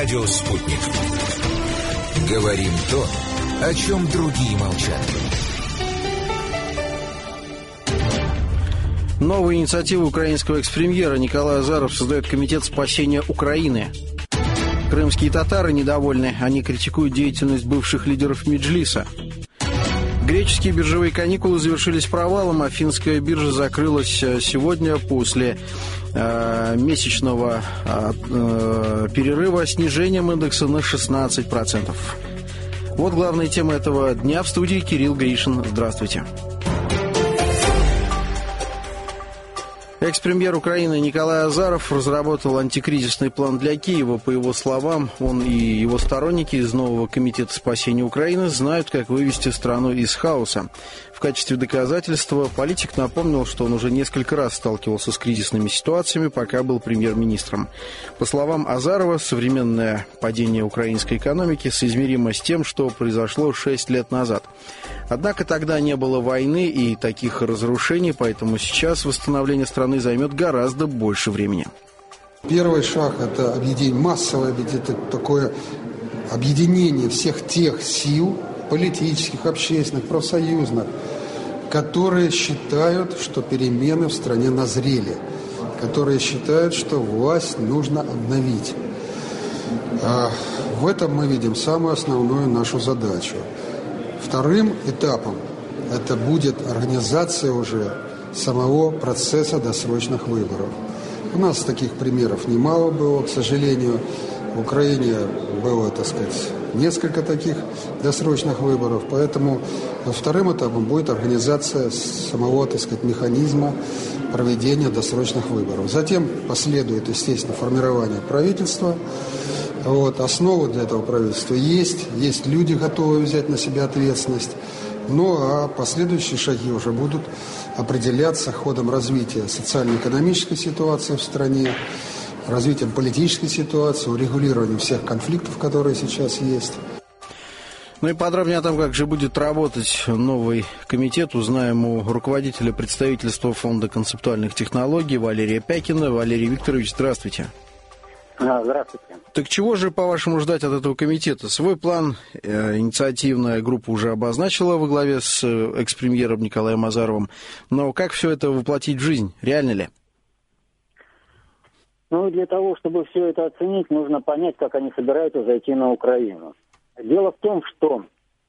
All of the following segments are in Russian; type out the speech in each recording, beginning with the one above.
Радио «Спутник». Говорим то, о чем другие молчат. Новая инициатива украинского экс-премьера Николай Азаров создает комитет спасения Украины. Крымские татары недовольны. Они критикуют деятельность бывших лидеров Меджлиса. Греческие биржевые каникулы завершились провалом, а финская биржа закрылась сегодня после месячного перерыва снижением индекса на 16%. Вот главная тема этого дня. В студии Кирилл Гришин. Здравствуйте. Экс-премьер Украины Николай Азаров разработал антикризисный план для Киева. По его словам, он и его сторонники из нового комитета спасения Украины знают, как вывести страну из хаоса. В качестве доказательства политик напомнил, что он уже несколько раз сталкивался с кризисными ситуациями, пока был премьер-министром. По словам Азарова, современное падение украинской экономики соизмеримо с тем, что произошло 6 лет назад. Однако тогда не было войны и таких разрушений, поэтому сейчас восстановление страны займет гораздо больше времени. Первый шаг – это массовое такое объединение всех тех сил, политических, общественных, профсоюзных, которые считают, что перемены в стране назрели, которые считают, что власть нужно обновить. В этом мы видим самую основную нашу задачу. Вторым этапом это будет организация уже самого процесса досрочных выборов. У нас таких примеров немало было, к сожалению. В Украине было, несколько таких досрочных выборов, поэтому вторым этапом будет организация самого, механизма проведения досрочных выборов. Затем последует, естественно, формирование правительства. Основы для этого правительства есть люди, готовые взять на себя ответственность. Ну а последующие шаги уже будут определяться ходом развития социально-экономической ситуации в стране, развитием политической ситуации, урегулированием всех конфликтов, которые сейчас есть. Ну и подробнее о том, как же будет работать новый комитет, узнаем у руководителя представительства Фонда концептуальных технологий Валерия Пякина. Валерий Викторович, здравствуйте. Здравствуйте. Так чего же, по-вашему, ждать от этого комитета? Свой план инициативная группа уже обозначила во главе с экс-премьером Николаем Азаровым. Но как все это воплотить в жизнь? Реально ли? Для того, чтобы все это оценить, нужно понять, как они собираются зайти на Украину. Дело в том, что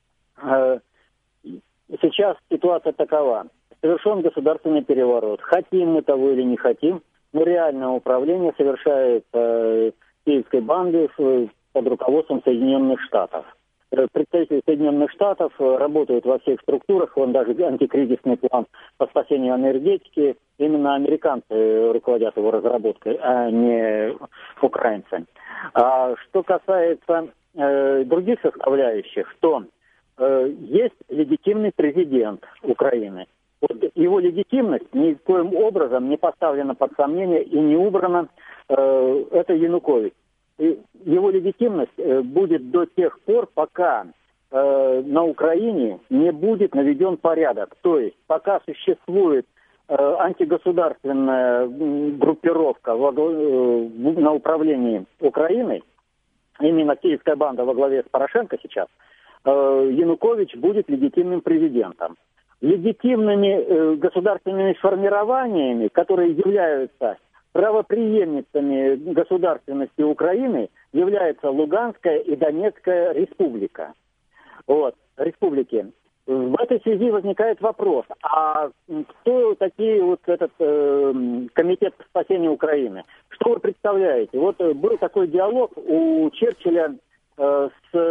сейчас ситуация такова. Совершен государственный переворот. Хотим мы того или не хотим, но реальное управление совершает киевской бандой под руководством Соединенных Штатов. Представители Соединенных Штатов работают во всех структурах, вон даже антикризисный план по спасению энергетики. Именно американцы руководят его разработкой, а не украинцы. А что касается других составляющих, то есть легитимный президент Украины. Его легитимность никоим образом не поставлена под сомнение и не убрана. Это Янукович. Его легитимность будет до тех пор, пока на Украине не будет наведен порядок. То есть пока существует антигосударственная группировка на управлении Украиной, именно киевская банда во главе с Порошенко сейчас, Янукович будет легитимным президентом. Легитимными государственными формированиями, которые являются правопреемницами государственности Украины, является Луганская и Донецкая республика. Республики. В этой связи возникает вопрос, а кто такие этот комитет спасения Украины? Что вы представляете? Был такой диалог у Черчилля со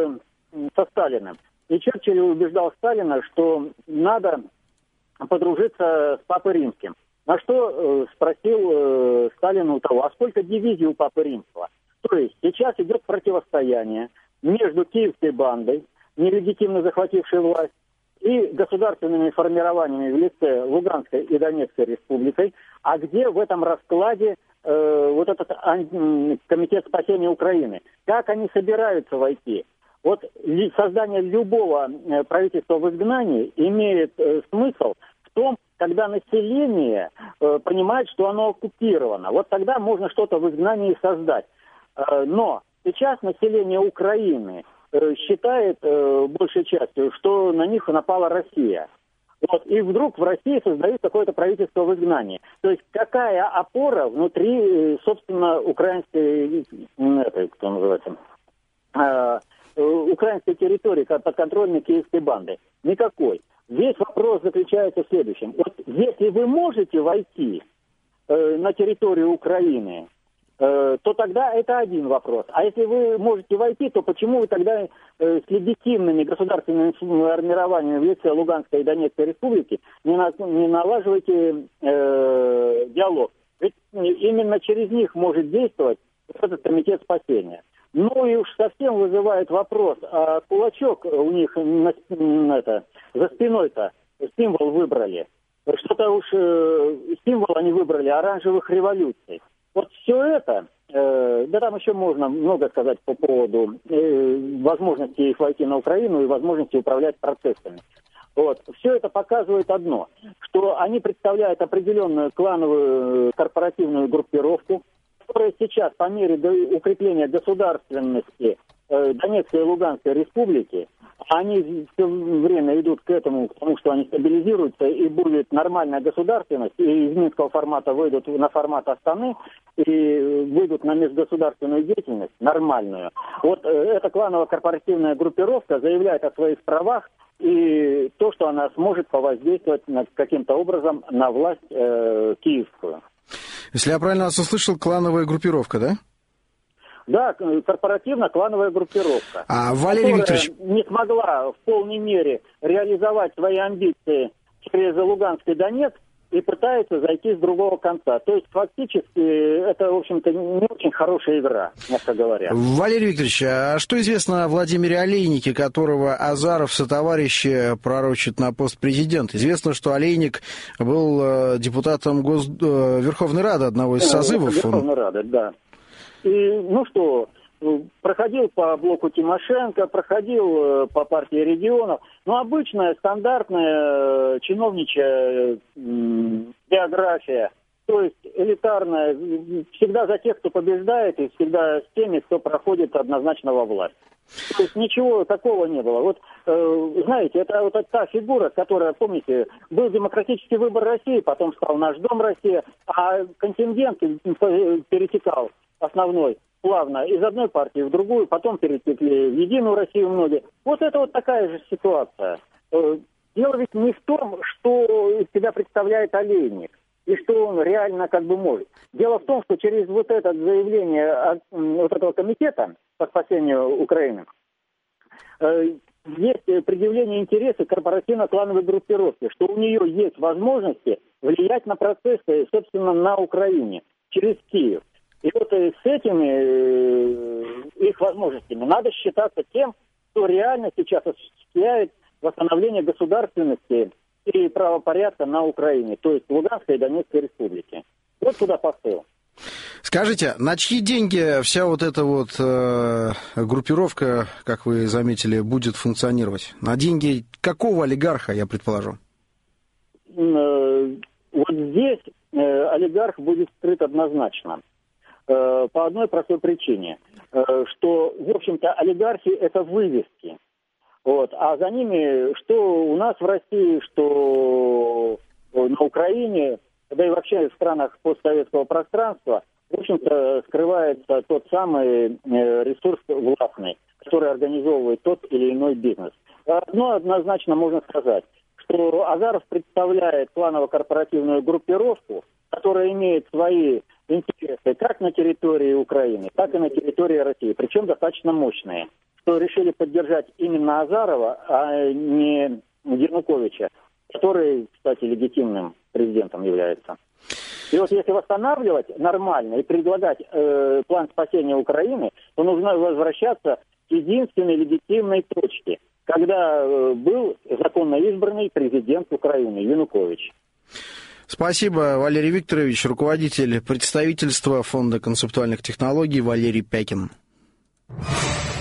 Сталиным. И Черчилль убеждал Сталина, что надо подружиться с Папой Римским. На что спросил Сталин у того, а сколько дивизий у Папы Римского? То есть сейчас идет противостояние между киевской бандой, нелегитимно захватившей власть, и государственными формированиями в лице Луганской и Донецкой республикой, а где в этом раскладе этот комитет спасения Украины? Как они собираются войти? Создание любого правительства в изгнании имеет смысл в том, когда население понимает, что оно оккупировано. Тогда можно что-то в изгнании создать. Но Сейчас население Украины считает большей частью, что на них напала Россия. Вот, и вдруг в России создают какое-то правительство в изгнании. То есть какая опора внутри, собственно, украинской, кто называется, украинской территории подконтрольной киевской банды? Никакой. Весь вопрос заключается в следующем. Вот если вы можете войти на территорию Украины, то тогда это один вопрос. А если вы можете войти, то почему вы тогда с легитимными государственными формированиями в лице Луганской и Донецкой республики не налаживаете диалог? Ведь именно через них может действовать этот комитет спасения. Ну и уж совсем вызывает вопрос, а кулачок у них за спиной-то символ выбрали. Что-то уж символ они выбрали оранжевых революций. Вот все это, да там еще можно много сказать по поводу возможности их войти на Украину и возможности управлять процессами. Вот. Все это показывает одно, что они представляют определенную клановую корпоративную группировку, которая сейчас по мере укрепления государственности Донецкой и Луганской республики, они все время идут к тому, что они стабилизируются, и будет нормальная государственность, и из минского формата выйдут на формат Астаны, и выйдут на межгосударственную деятельность нормальную. Вот эта кланово-корпоративная группировка заявляет о своих правах, и то, что она сможет повоздействовать каким-то образом на власть киевскую. Если я правильно вас услышал, клановая группировка, да? Да, корпоративно-клановая группировка. А Валерий Викторович не смогла в полной мере реализовать свои амбиции через Луганск и Донецк и пытается зайти с другого конца. То есть фактически это, в общем-то, не очень хорошая игра, мягко говоря. Валерий Викторович, а что известно о Владимире Олейнике, которого Азаров сотоварищи пророчат на пост президента? Известно, что Олейник был депутатом Верховной Рады одного из созывов. Верховной Рады, да. И, проходил по блоку Тимошенко, проходил по партии регионов. Но обычная, стандартная чиновничья биография, то есть элитарная, всегда за тех, кто побеждает, и всегда с теми, кто проходит однозначно во власть. То есть ничего такого не было. Вот, знаете, это вот та фигура, которая, помните, был демократический выбор России, потом стал Наш дом Россия, а контингент перетекал основной плавно из одной партии в другую, потом перетекли в Единую Россию многие. Вот это вот такая же ситуация. Дело ведь не в том, что из себя представляет Олейник, и что он реально как бы может. Дело в том, что через вот это заявление вот этого комитета по спасению Украины есть предъявление интереса корпоративно-клановой группировки, что у нее есть возможности влиять на процессы, собственно, на Украине через Киев. И вот с этими их возможностями надо считаться тем, кто реально сейчас осуществляет восстановление государственности и правопорядка на Украине, то есть Луганской и Донецкой республики. Вот туда посыл. Скажите, на чьи деньги вся вот эта вот группировка, как вы заметили, будет функционировать? На деньги какого олигарха, я предположу? Вот здесь олигарх будет скрыт однозначно. По одной простой причине, что, в общем-то, олигархи – это вывески. Вот. А за ними, что у нас в России, что на Украине, да и вообще в странах постсоветского пространства, в общем-то, скрывается тот самый ресурс властный, который организовывает тот или иной бизнес. Одно однозначно можно сказать, что Азаров представляет кланово-корпоративную группировку, которая имеет свои интересы как на территории Украины, так и на территории России, причем достаточно мощные, что решили поддержать именно Азарова, а не Януковича, который, кстати, легитимным президентом является. И вот если восстанавливать нормально и предлагать план спасения Украины, то нужно возвращаться к единственной легитимной точке, когда был законно избранный президент Украины Янукович. Спасибо, Валерий Викторович, руководитель представительства Фонда концептуальных технологий Валерий Пякин.